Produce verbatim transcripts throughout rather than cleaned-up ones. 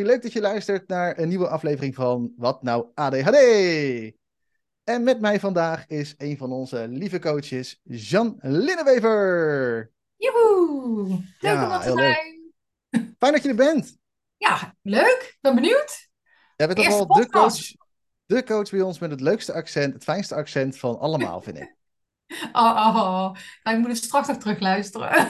Hey, leuk dat je luistert naar een nieuwe aflevering van Wat Nou A D H D. En met mij vandaag is een van onze lieve coaches, Jean Linnewever. Joehoe! Leuk om Ja, er te heel leuk. zijn. Fijn dat je er bent. Ja, leuk. Ben benieuwd. Jij bent toch Eerste wel de coach, podcast. de coach bij ons met het leukste accent, het fijnste accent van allemaal, vind ik. Oh, oh, oh. Nou, ik moet het straks nog terugluisteren.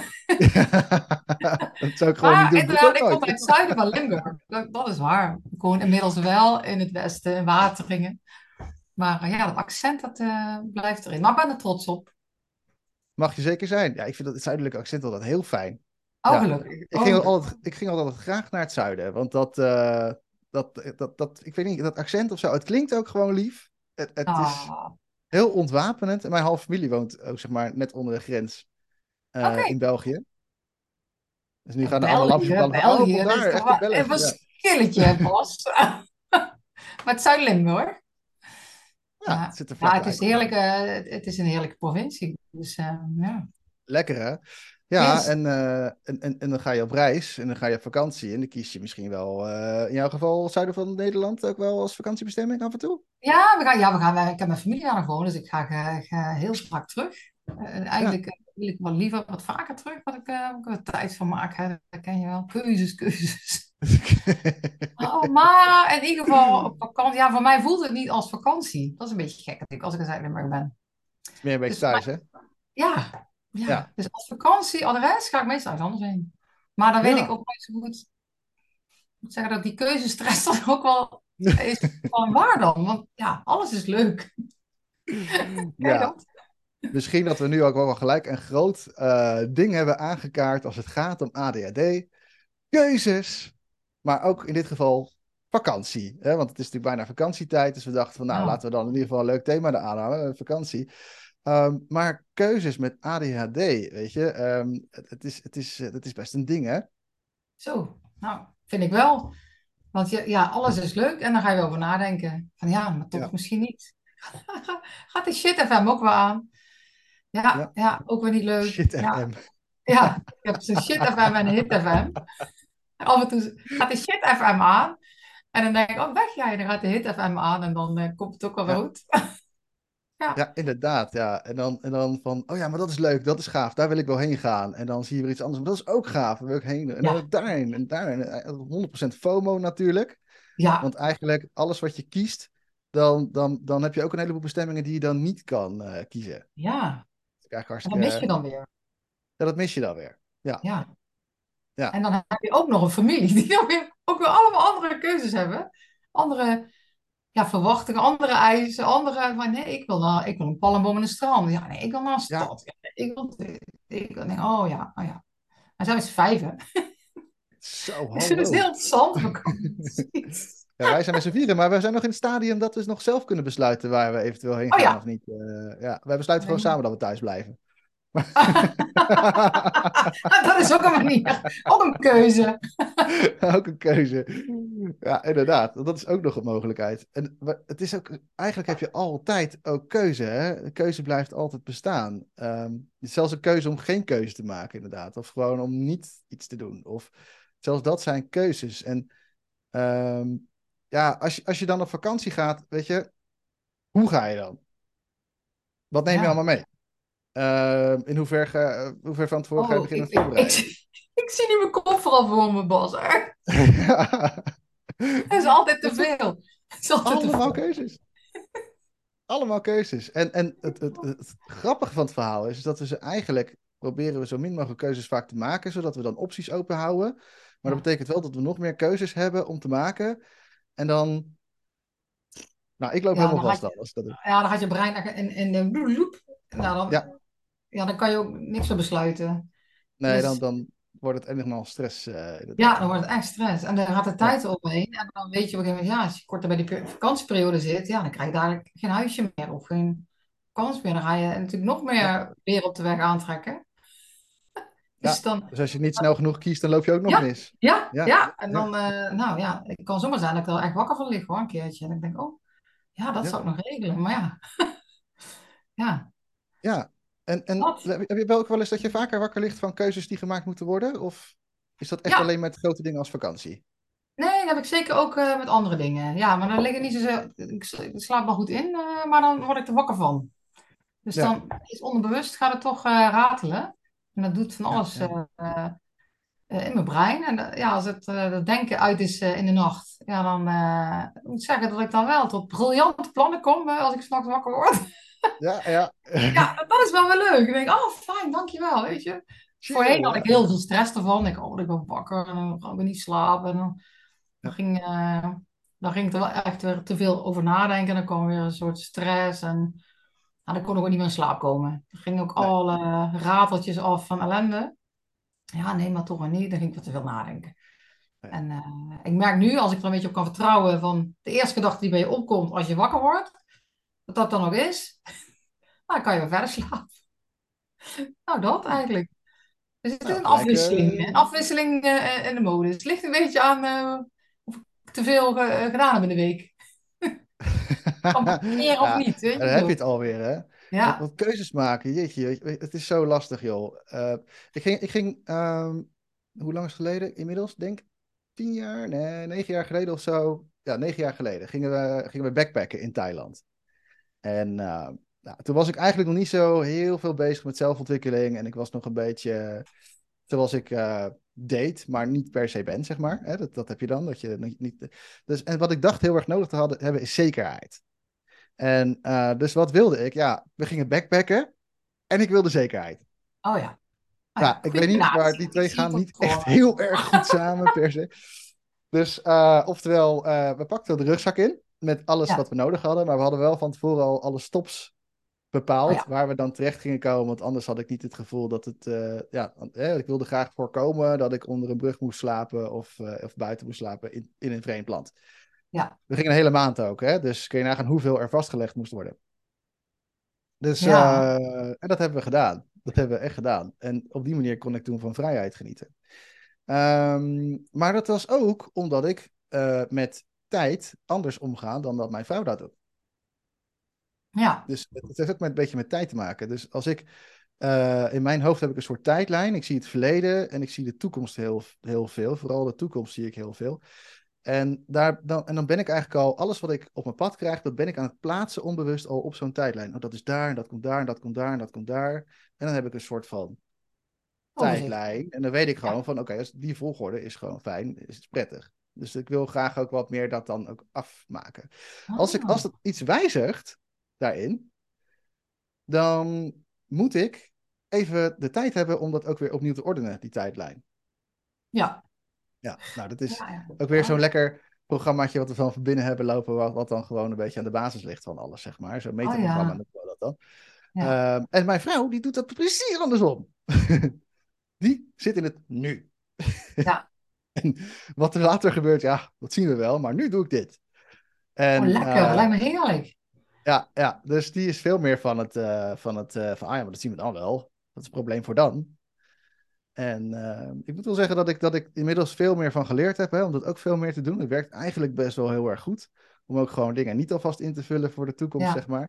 Dat zou ik gewoon niet Maar doen. Doe ik ook inderdaad, ik kom nooit. uit het zuiden van Limburg. Dat, dat is waar. Ik woon inmiddels wel in het westen, in Wateringen. Maar eh, ja, dat accent, dat eh, blijft erin. Maar ik ben er trots op. Mag je zeker zijn. Ja, ik vind dat het zuidelijke accent altijd heel fijn. Oh, Ja, gelukkig. ik, ik Oh, ging gelukkig. altijd, ik ging altijd graag naar het zuiden. Want dat, eh, dat, dat, dat, ik weet niet, dat accent of zo, het klinkt ook gewoon lief. Het, het is Ah, heel ontwapenend. En mijn halve familie woont ook, zeg maar, net onder de grens eh, oké. in België. Dus nu Ja, gaan er allemaal lampjes België, branden van, oh, België, dat is vandaar, toch echt in wel een België. Ja, verschilletje, Bas. Maar het Zuid-Limburg. ja, het Ja, zit er ja het vlakbij. is heerlijk, eh, het het is een heerlijke provincie. Dus eh, ja. Lekker, hè? Ja, Yes. en, eh, en, en, en dan ga je op reis en dan ga je op vakantie. En dan kies je misschien wel, eh, in jouw geval, zuiden van Nederland ook wel als vakantiebestemming af en toe. Ja, we gaan, ja, we gaan, eh, ik heb mijn familie daar nog wonen, dus ik ga, ga, ga heel strak terug. Eh, En Ja. eigenlijk eh, wil ik wel liever wat vaker terug, wat ik eh, ook wat tijd van maak. Hè. Dat ken je wel. Keuzes, keuzes. Oh, maar in ieder geval op vakantie. Ja, voor mij voelt het niet als vakantie. Dat is een beetje gek natuurlijk, als ik in Zuid-Limburg ben. Is meer een beetje Dus voor thuis, mij- hè? ja, ja. Ja. Dus als vakantie, adres ga ik meestal ergens anders heen. Maar dan weet ik Ja. ook nooit zo goed. Moet zeggen dat die keuzestress dan ook wel is van waar dan? Want ja, alles is leuk. Kijk Ja. dat? Misschien dat we nu ook wel gelijk een groot eh, ding hebben aangekaart als het gaat om A D H D. Keuzes. Maar ook in dit geval vakantie. Hè? Want het is natuurlijk bijna vakantietijd. Dus we dachten van nou, Nou, laten we dan in ieder geval een leuk thema eraan hangen. eh, Vakantie. Ehm, maar keuzes met A D H D, weet je. ehm, het, het, is, het, is, het is best een ding, hè? zo. Nou, vind ik wel. Want ja, ja, alles is leuk en dan ga je over nadenken. Van ja, maar toch Ja. misschien niet. Gaat die shit F M ook wel aan? Ja, Ja. ja, ook weer niet leuk. Shit Ja, F M. ja. Ik heb zo'n shit F M en een hit F M. Af en toe gaat die shit F M aan. En dan denk ik, oh, weg jij. Dan gaat de hit F M aan en dan eh, komt het ook wel weer Ja. goed. Ja, Ja, inderdaad. Ja. En dan, en dan van, oh ja, maar dat is leuk, dat is gaaf, daar wil ik wel heen gaan. En dan zie je weer iets anders, maar dat is ook gaaf, daar wil ik heen. En dan ja, ook daarheen en daarheen. En honderd procent FOMO natuurlijk. ja, Want eigenlijk, alles wat je kiest, dan, dan, dan heb je ook een heleboel bestemmingen die je dan niet kan eh, kiezen. Dat ja. is eigenlijk En dan mis hartstikke... je dan weer. Ja, dat mis je dan weer. Ja, Ja. ja, En dan heb je ook nog een familie die dan weer, ook weer allemaal andere keuzes hebben. Andere ja, verwachtingen, andere eisen, andere van nee, ik wil, naar, ik wil een palmboom en een strand. Ja, nee, ik wil naar een ja. stad. Ja, nee, ik wil dit. Ik wil, nee, oh ja, oh ja. En zijn we z'n vijven. Zo, Dus het is heel hallo. interessant vakanties. Ja, wij zijn met z'n vieren, maar we zijn nog in het stadium dat we nog zelf kunnen besluiten waar we eventueel heen Oh gaan of ja. niet. Eh, ja, wij besluiten gewoon samen dat we thuis blijven. Dat is ook een manier. Ook een keuze. Ook een keuze. Ja, inderdaad. Dat is ook nog een mogelijkheid. En we- het is ook, eigenlijk heb je altijd ook keuze. Hè? De keuze blijft altijd bestaan. Ehm, zelfs een keuze om geen keuze te maken, inderdaad. Of gewoon om niet iets te doen. Of zelfs dat zijn keuzes. En ehm, ja, als je, als je dan op vakantie gaat, weet je, hoe ga je dan? Wat neem je Ja. allemaal mee? Ehm, in hoever, ga, hoe ver van tevoren ga je Oh, beginnen ik, met ik, ik, voorbereiden? ik zie nu mijn koffer al voor me, Bas. Echt. Ja. Het is altijd te Dat zijn veel. Het is altijd te allemaal veel. keuzes. Allemaal keuzes. En, en het, het, het grappige van het verhaal is dat we ze eigenlijk proberen we zo min mogelijk keuzes vaak te maken, zodat we dan opties open houden. Maar dat Ja. betekent wel dat we nog meer keuzes hebben om te maken. En dan, nou, ik loop Ja, helemaal dan had vast al je, als ik dat doe. ja, dan had je brein echt in, in de bloep. Nou, Ja, dan, ja, dan kan je ook niks meer besluiten. nee, dan, Dus dan wordt het helemaal stress, eh, ja, inderdaad. dan wordt het echt stress. En dan gaat de Ja, tijd eromheen. En dan weet je op een gegeven moment, ja, als je korter bij die pe- vakantieperiode zit, ja, dan krijg je daar geen huisje meer of geen kans meer. Dan ga je natuurlijk nog ja, meer weer op de weg aantrekken. Dus ja. dan, Dus als je niet snel genoeg kiest, dan loop je ook nog ja, mis. ja, Ja, ja. En ja, dan, eh, nou ja, het kan zomaar zijn dat ik er echt wakker van lig, hoor, een keertje. En ik denk, oh, ja, dat ja. zou ik nog regelen. Maar ja, ja, Ja. En, en dat. heb je heb je wel ook wel eens dat je vaker wakker ligt van keuzes die gemaakt moeten worden? Of is dat echt Ja, alleen met grote dingen als vakantie? Nee, dat heb ik zeker ook eh, met andere dingen. Ja, maar dan lig ik niet zo... Ik, sla- ik slaap wel goed in, eh, maar dan word ik er wakker van. Dus Ja, dan is onderbewust gaat het toch eh, ratelen. En dat doet van ja, alles ja. eh, eh, eh, in mijn brein. En eh, ja, als het eh, dat denken uit is eh, in de nacht, ja, dan eh, moet ik zeggen dat ik dan wel tot briljante plannen kom eh, als ik s'nachts wakker word. Ja, ja. Ja, dat is wel weer leuk. Ik denk, oh, fijn, dankjewel, weet je. Voorheen Chill, had ik ja. heel veel stress ervan. Ik, oh, ik ben wakker en dan ga ik niet slapen. En dan, dan, Ja, ging, eh, dan ging ik er wel echt weer te veel over nadenken. En dan kwam weer een soort stress. En nou, dan kon ik ook niet meer in slaap komen. Dan gingen ook nee, alle rateltjes af van ellende. Ja, nee, maar toch weer niet. Dan ging ik weer te veel nadenken. nee. En eh, ik merk nu, als ik er een beetje op kan vertrouwen, van de eerste gedachte die bij je opkomt als je wakker wordt, dat dat dan ook is, dan kan je weer verder slapen. Nou, dat Hm. eigenlijk. Dus het is Nou, een gelijk. afwisseling. eh, Een afwisseling eh, in de mode. Het ligt een beetje aan eh, of ik te veel eh, gedaan heb in de week. Kan meer of Ja, niet, weet dan je heb je zo. het alweer, hè? Wat, Ja, wat keuzes maken, jeetje, weet je, het is zo lastig, joh. Eh, ik ging, ik ging ehm, hoe lang is het geleden? Inmiddels, denk ik, tien jaar? Nee, negen jaar geleden of zo. Ja, negen jaar geleden gingen we, gingen we backpacken in Thailand. En eh, nou, toen was ik eigenlijk nog niet zo heel veel bezig met zelfontwikkeling. En ik was nog een beetje zoals ik eh, deed, maar niet per se ben, zeg maar. Hè, dat, dat heb je dan. Dat je niet, niet- dus, en wat ik dacht heel erg nodig te hadden, hebben, is zekerheid. En eh, dus wat wilde ik? Ja, we gingen backpacken en ik wilde zekerheid. oh ja. Oh Nou, ja, ik goede weet niet, maar combinatie. die Ik twee zie gaan het niet voor echt me. heel erg goed samen per se. Dus eh, oftewel, eh, we pakten de rugzak in met alles wat Ja, we nodig hadden. Maar we hadden wel van tevoren al alle stops oh bepaald ja. waar we dan terecht gingen komen. Want anders had ik niet het gevoel dat het... eh, ja, eh, ik wilde graag voorkomen dat ik onder een brug moest slapen of, eh, of buiten moest slapen in, in een vreemd land. Ja, We gingen een hele maand ook, hè? Dus kun je nagaan hoeveel er vastgelegd moest worden. Dus ja, uh, en dat hebben we gedaan. Dat hebben we echt gedaan. En op die manier kon ik toen van vrijheid genieten. Um, maar dat was ook omdat ik uh, met tijd anders omga dan dat mijn vrouw dat doet. ja. Dus het, het heeft ook met een beetje met tijd te maken. Dus als ik uh, in mijn hoofd heb ik een soort tijdlijn. Ik zie het verleden en ik zie de toekomst heel, heel veel. Vooral de toekomst zie ik heel veel. En, daar, dan, en dan ben ik eigenlijk al, alles wat ik op mijn pad krijg, dat ben ik aan het plaatsen onbewust al op zo'n tijdlijn. Oh, dat is daar, en dat komt daar, en dat komt daar, en dat komt daar. En dan heb ik een soort van Overzicht. tijdlijn. En dan weet ik Ja. gewoon van, oké, okay, die volgorde is gewoon fijn, is het prettig. Dus ik wil graag ook wat meer dat dan ook afmaken. Als ik, als Ah, dat iets wijzigt daarin, dan moet ik even de tijd hebben om dat ook weer opnieuw te ordenen, die tijdlijn. ja. Ja, nou, dat is Ja, ja. ook weer zo'n Ah, lekker programmaatje wat we van binnen hebben lopen, wat, wat dan gewoon een beetje aan de basis ligt van alles, zeg maar. Zo'n oh metaprogramma ja. noemen we dat dan. Ja. Ehm, en mijn vrouw, die doet dat precies andersom. Die zit in het nu. Ja. En wat er later gebeurt, ja, dat zien we wel, maar nu doe ik dit. Oh, En lekker. uh, Lijkt me heerlijk. ja, ja, dus die is veel meer van het, uh, van het, uh, van, ah ja, maar dat zien we dan wel. Dat is het probleem voor dan. En uh, ik moet wel zeggen dat ik, dat ik inmiddels veel meer van geleerd heb, hè, om dat ook veel meer te doen. Het werkt eigenlijk best wel heel erg goed. Om ook gewoon dingen niet alvast in te vullen voor de toekomst, Ja. zeg maar.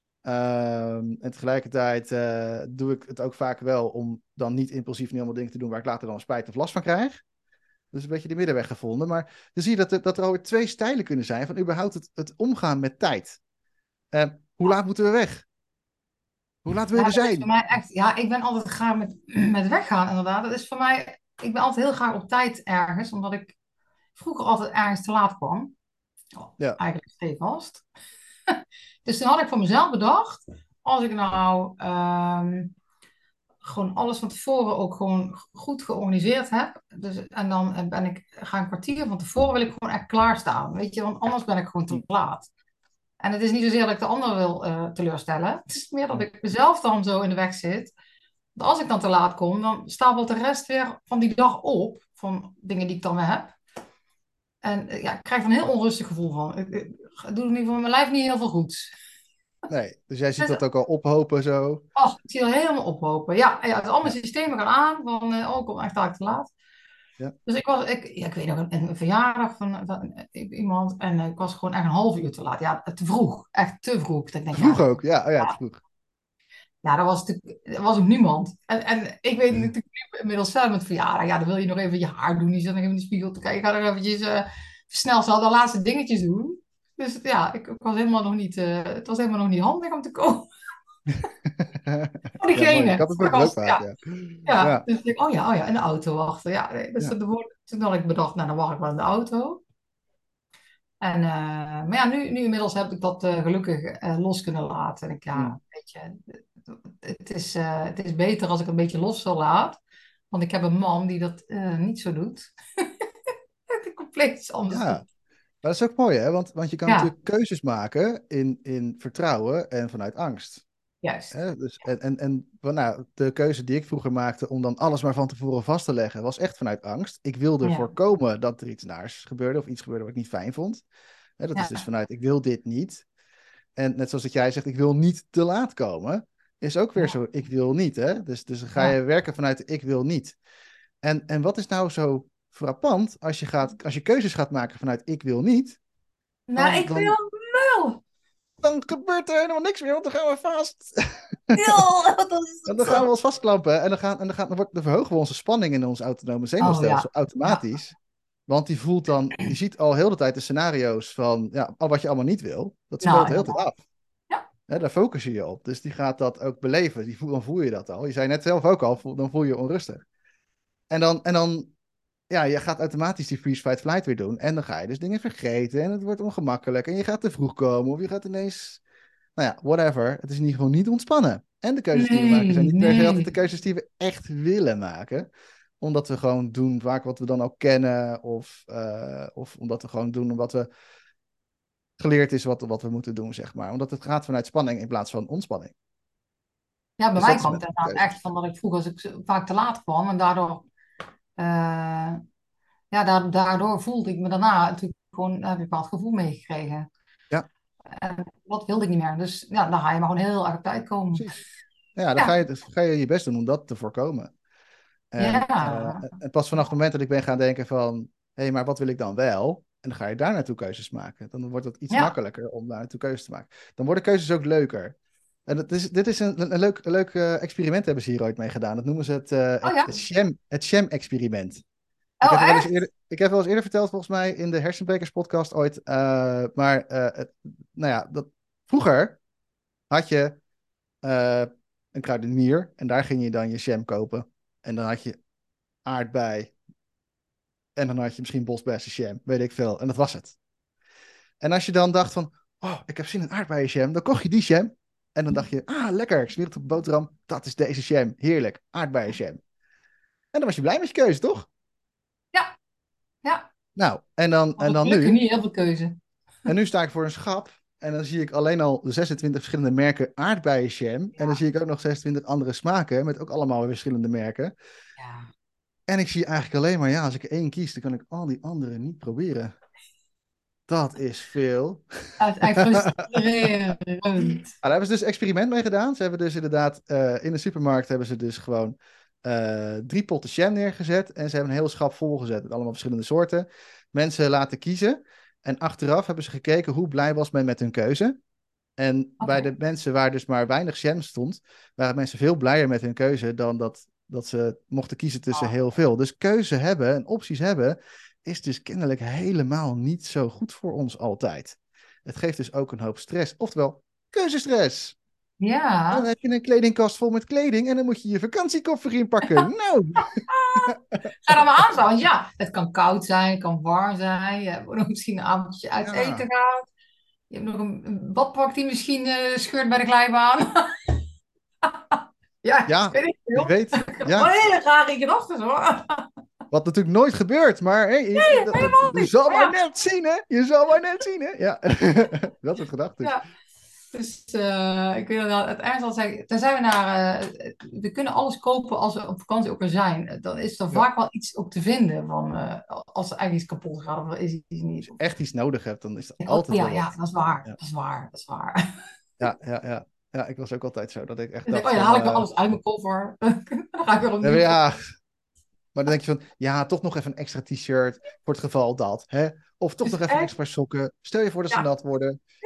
Um, en tegelijkertijd uh, doe ik het ook vaak wel om dan niet impulsief niet allemaal dingen te doen waar ik later dan spijt of last van krijg. Dus een beetje de middenweg gevonden. Maar dan zie je dat er, dat er alweer twee stijlen kunnen zijn van überhaupt het, het omgaan met tijd. Uh, hoe laat moeten we weg? Hoe laat wil je Ja, er dat is voor zijn? mij echt. Ja, ik ben altijd graag met, met weggaan, inderdaad. Dat is voor mij. Ik ben altijd heel graag op tijd ergens, omdat ik vroeger altijd ergens te laat kwam. Oh, Ja. eigenlijk stevast. Dus toen had ik voor mezelf bedacht, als ik nou ehm, gewoon alles van tevoren ook gewoon goed georganiseerd heb. Dus, en dan ben ik, ga een kwartier van tevoren wil ik gewoon echt klaarstaan. Weet je, want anders ben ik gewoon te Hm, laat. En het is niet zozeer dat ik de ander wil eh, teleurstellen. Het is meer dat hm. ik mezelf dan zo in de weg zit. Dat als ik dan te laat kom, dan stapelt de rest weer van die dag op. Van dingen die ik dan weer heb. En eh, ja, ik krijg er een heel onrustig gevoel van. Ik, ik, het doet in ieder geval mijn lijf niet heel veel goed. Nee, dus jij ziet Dus, dat ook al ophopen zo. oh, ik zie er helemaal ophopen. Ja, ja, dus al mijn systemen gaan aan. Van, eh, oh, ik kom echt eigenlijk te laat. Ja. Dus ik was, ik, ja, ik weet nog, een, een verjaardag van, van iemand. En eh, ik was gewoon echt een half uur te laat. Ja, te vroeg. Echt te vroeg. Dat ik denk, Vroeg ja, ook, ja, oh ja, het vroeg. Ja, dat was natuurlijk, er was ook niemand. En, en ik weet Mhm. natuurlijk nu inmiddels zelf met verjaardag. Ja, dan wil je nog even je haar doen. Je zit nog even in de spiegel te kijken. Je gaat er eventjes uh, snel snel de laatste dingetjes doen. Dus ja, ik, ik was helemaal nog niet, uh, het was helemaal nog niet handig om te komen. Voor Ja, mooi. Ik diegene, had het voor de vroeger ook gast, vaak, ja. ja. Ja, Ja, dus ik denk, oh ja, oh ja, in de auto wachten. Ja, nee, dus ja. dat, toen had ik bedacht, nou dan wacht ik wel in de auto. En, eh, maar ja, nu, nu inmiddels heb ik dat eh, gelukkig eh, los kunnen laten. En ik, Mm. ja, weet je, het is, eh, het is beter als ik een beetje los zal laat. Want ik heb een man die dat eh, niet zo doet. Die compleet iets anders Ja, doet. maar dat is ook mooi, hè? Want, want je kan Ja, natuurlijk keuzes maken in, in vertrouwen en vanuit angst. juist. Hè? Dus, en en, en wel, nou, de keuze die ik vroeger maakte om dan alles maar van tevoren vast te leggen, was echt vanuit angst. Ik wilde Ja, voorkomen dat er iets naars gebeurde of iets gebeurde wat ik niet fijn vond. Hè, dat is dus ja, vanuit ik wil dit niet. En net zoals dat jij zegt, ik wil niet te laat komen, is ook weer ja, zo, ik wil niet. Hè? Dus, dus dan ga ja. je werken vanuit de ik wil niet. En, en wat is nou zo frappant als je, gaat, als je keuzes gaat maken vanuit ik wil niet, Nou, dan, ik dan, wil wel. dan gebeurt er helemaal niks meer, want dan gaan we vast. Ja, dat is En het dan gaan we zo. ons vastklampen en dan, gaan, en dan, gaan, dan, wordt, dan verhogen we onze spanning in ons autonome Oh zenuwstelsel ja, ja, automatisch. Want die voelt dan, die ziet al heel de tijd de scenario's van ja, al wat je allemaal niet wil. Dat speelt nou de hele tijd inderdaad. af. Ja, Hè, daar focus je je op. Dus die gaat dat ook beleven. Die voel, dan voel je dat al. Je zei net zelf ook al, voel, dan voel je je onrustig. En dan, en dan, ja, je gaat automatisch die freeze, fight, flight weer doen. En dan ga je dus dingen vergeten en het wordt ongemakkelijk. En je gaat te vroeg komen of je gaat ineens, nou ja, whatever. Het is in ieder geval niet ontspannen. En de keuzes die we maken zijn nee, niet per se altijd de nee. keuzes die we echt willen maken. Omdat we gewoon doen vaak wat we dan al kennen. Of, uh, of omdat we gewoon doen omdat we geleerd is wat, wat we moeten doen, zeg maar. Omdat het gaat vanuit spanning in plaats van ontspanning. Ja, bij Dus mij dat is kwam het met inderdaad echt keuzes. van dat ik vroeger als ik zo- vaak te laat kwam en daardoor, eh, ja, da- daardoor voelde ik me daarna natuurlijk gewoon, heb ik een bepaald gevoel meegekregen. Ja, En dat wilde ik niet meer. Dus ja, dan ga je maar gewoon heel erg op tijd komen. precies. Ja, dan ga Ja, je, dan ga je je best doen om dat te voorkomen. En, uh, ja, en pas vanaf het moment dat ik ben gaan denken van... hé, hey, maar wat wil ik dan wel? En dan ga je daar naartoe keuzes maken. Dan wordt het iets ja. makkelijker om daar naartoe keuzes te maken. Dan worden keuzes ook leuker. En het is, dit is een, een leuk, een leuk uh, experiment hebben ze hier ooit mee gedaan. Dat noemen ze het, uh, Oh het, ja. het Sham, het Sham-experiment. Ik heb Oh er wel eens echt? eerder, ik heb wel eens eerder verteld, volgens mij, in de Hersenbrekers podcast ooit. Uh, maar uh, het, nou ja, dat, vroeger had je uh, een kruidenier en daar ging je dan je jam kopen. En dan had je aardbei en dan had je misschien bosbessenjam, weet ik veel. En dat was het. En als je dan dacht van, oh, ik heb zin in aardbeienjam, dan kocht je die jam. En dan dacht je, ah, lekker, ik smeer het op een boterham. Dat is deze jam, heerlijk, aardbeienjam. En dan was je blij met je keuze, toch? Ja, ja. Nou, en dan, Had en ik dan gelukkig nu, niet heel veel keuze. en nu sta ik voor een schap. En dan zie ik alleen al de zesentwintig verschillende merken aardbeienjam. En dan Ja, zie ik ook nog zesentwintig andere smaken, met ook allemaal weer verschillende merken. ja. En ik zie eigenlijk alleen maar, ja, als ik er één kies, dan kan ik al die andere niet proberen. Dat is veel. Dat is echt frustrerend. Daar hebben ze dus een experiment mee gedaan. Ze hebben dus inderdaad uh, in de supermarkt hebben ze dus gewoon uh, drie potten jam neergezet. En ze hebben een heel schap volgezet met allemaal verschillende soorten. Mensen laten kiezen. En achteraf hebben ze gekeken hoe blij was men met hun keuze. En bij Oké. de mensen waar dus maar weinig jam stond, waren mensen veel blijer met hun keuze dan dat, dat ze mochten kiezen tussen Oh, heel veel. Dus keuze hebben en opties hebben is dus kennelijk helemaal niet zo goed voor ons altijd. Het geeft dus ook een hoop stress. Oftewel, keuzestress. En dan ja. heb je een kledingkast vol met kleding en dan moet je je vakantiekoffer inpakken. Nou, Ga dan maar aan staan. Want ja, het kan koud zijn, het kan warm zijn. Je hebt ook nog misschien een avondje uit ja, eten gaat. Je hebt nog een, een badpak die misschien eh, scheurt bij de glijbaan. Ja, ja, weet ik wie veel. weet. Wel Ja, hele rare gedachten hoor. wat natuurlijk nooit gebeurt, maar hey, je, Nee, dat, dat- helemaal je niet. zal Maar maar ja, net zien, hè? Je zal maar net zien, hè? Ja, dat soort gedachten. ja. Dus uh, ik weet dat het ergens al zeggen, tenzij we naar, uh, we kunnen alles kopen als we op vakantie ook er zijn. Dan is er Ja. vaak wel iets op te vinden van uh, als er eigenlijk iets kapot gaat of is iets Als niet. je echt iets nodig hebt, dan is er Oh altijd ja, wel ja, wat. dat is waar, Ja, dat is waar, dat is waar. ja, ja. Ja, ja ik was ook altijd zo, dat ik echt Dan denk dacht ik, oh ja, dan van... haal ik weer Uh, alles uit mijn koffer. Dan ga ik weer ja, opnieuw ja, kopen. maar dan denk je van, ja, toch nog even een extra t-shirt voor het geval dat, hè? Of toch Dus nog even echt, extra sokken. Stel je voor dat ze ja, nat worden. ja,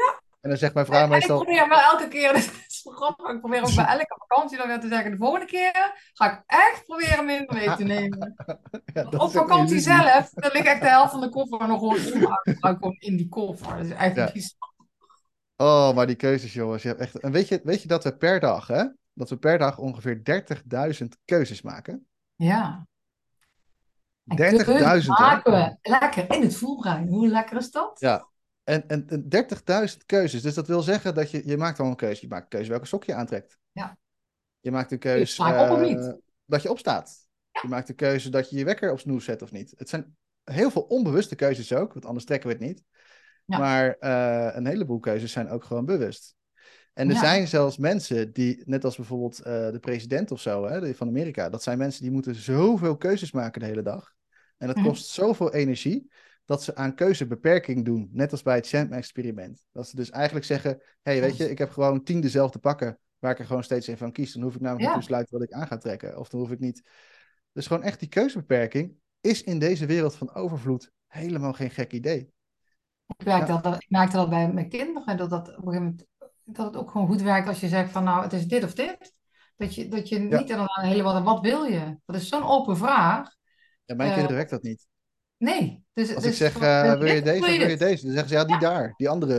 En dan zegt mijn vrouw En ik meestal... probeer wel elke keer, dit is zo grappig, ik probeer ook bij elke vakantie dan weer te zeggen, de volgende keer ga ik echt proberen minder mee te nemen. Ja, Want dat op is ook een vakantie illusie. zelf, dan ligt echt de helft van de koffer nog gewoon onuitgebruikt gewoon in die koffer. Dat is echt Ja. bizar. Oh, maar die keuzes, jongens. Je hebt echt... En weet je, weet je dat we per dag, hè? Dat we per dag ongeveer dertigduizend keuzes maken? Ja. En keuzes dertigduizend, hè? maken we lekker in het voelbrein. Hoe lekker is dat? Ja. En, en, en dertigduizend keuzes. Dus dat wil zeggen dat je... Je maakt al een keuze. Je maakt een keuze welke sok je aantrekt. Ja. Je maakt een Dus keus sta ik op of niet? eh, dat je opstaat. Je maakt de keuze dat je je wekker op snoes zet of niet. Het zijn heel veel onbewuste keuzes ook, want anders trekken we het niet. Ja. Maar eh, een heleboel keuzes zijn ook gewoon bewust. En er Ja. zijn zelfs mensen die, net als bijvoorbeeld eh, de president of zo hè, van Amerika, dat zijn mensen die moeten zoveel keuzes maken de hele dag. En dat Mhm. kost zoveel energie dat ze aan keuzebeperking doen. Net als bij het Sham-experiment. Dat ze dus eigenlijk zeggen, hé, hey, weet je, ik heb gewoon tien dezelfde pakken waar ik er gewoon steeds een van kies. Dan hoef ik namelijk niet te Ja. besluiten wat ik aan ga trekken. Of dan hoef ik niet... Dus gewoon echt die keuzebeperking is in deze wereld van overvloed helemaal geen gek idee. Ik merkte Ja, dat, dat- ik merkte dat bij mijn kinderen, dat, dat, op een gegeven moment, dat het ook gewoon goed werkt als je zegt van nou, het is dit of dit. Dat je, dat je ja. niet aan een hele wat, wat wil je? Dat is zo'n open vraag. Ja, mijn Eh, kinderen werkt dat niet. nee, dus, Als ik dus zeg, van, wil eh, je wil je dit of wil deze of je wil je dit? deze? Dan zeggen ze, ja, die Ja, daar, die andere.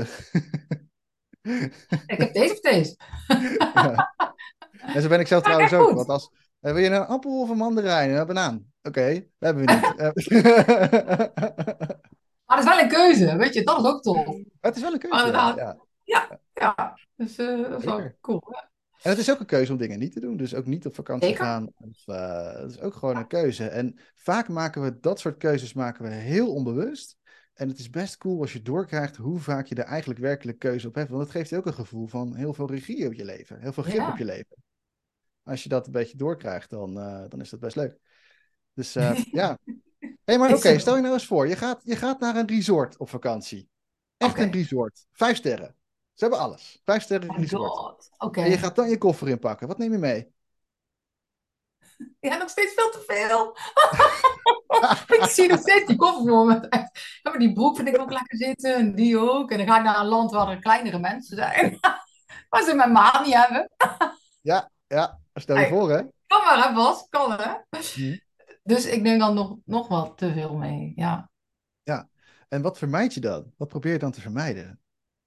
ik heb deze of deze. Ja. En zo ben ik zelf Dat trouwens echt ook. Want goed. als, eh, wil je een appel of een mandarijn? Een banaan? Oké, dat hebben we niet. Eh, Maar dat is wel een keuze, weet je, dat is ook tof. maar het is wel een Maar keuze, ja. inderdaad, Ja, ja, ja. Dus eh, dat is wel zeker. cool. Ja. En het is ook een keuze om dingen niet te doen. Dus ook niet op vakantie Zeker. gaan. Of, eh, dat is ook gewoon een keuze. En vaak maken we dat soort keuzes maken we heel onbewust. En het is best cool als je doorkrijgt hoe vaak je er eigenlijk werkelijk keuze op hebt. Want dat geeft je ook een gevoel van heel veel regie op je leven. Heel veel grip op Ja. je leven. Als je dat een beetje doorkrijgt, dan, eh, dan is dat best leuk. Dus eh, ja. Hé, maar Is oké, zo. stel je nou eens voor. Je gaat, je gaat naar een resort op vakantie. Echt een Oké. resort. Vijf sterren. Ze hebben alles. Vijf sterren Oh my resort. god. En je Oké. gaat dan je koffer inpakken. Wat neem je mee? Ja, nog steeds veel te veel. Ik zie nog steeds die koffer voor me. Ja, maar die broek vind ik ook lekker zitten. En die ook. En dan ga ik naar een land waar er kleinere mensen zijn. Waar ze mijn maat niet hebben. Ja, ja. Stel je Hey, voor, hè? kan maar, hè, Bas? Kan, hè? Hm. Dus ik neem dan nog, nog wel te veel mee. Ja. Ja. En wat vermijd je dan? Wat probeer je dan te vermijden?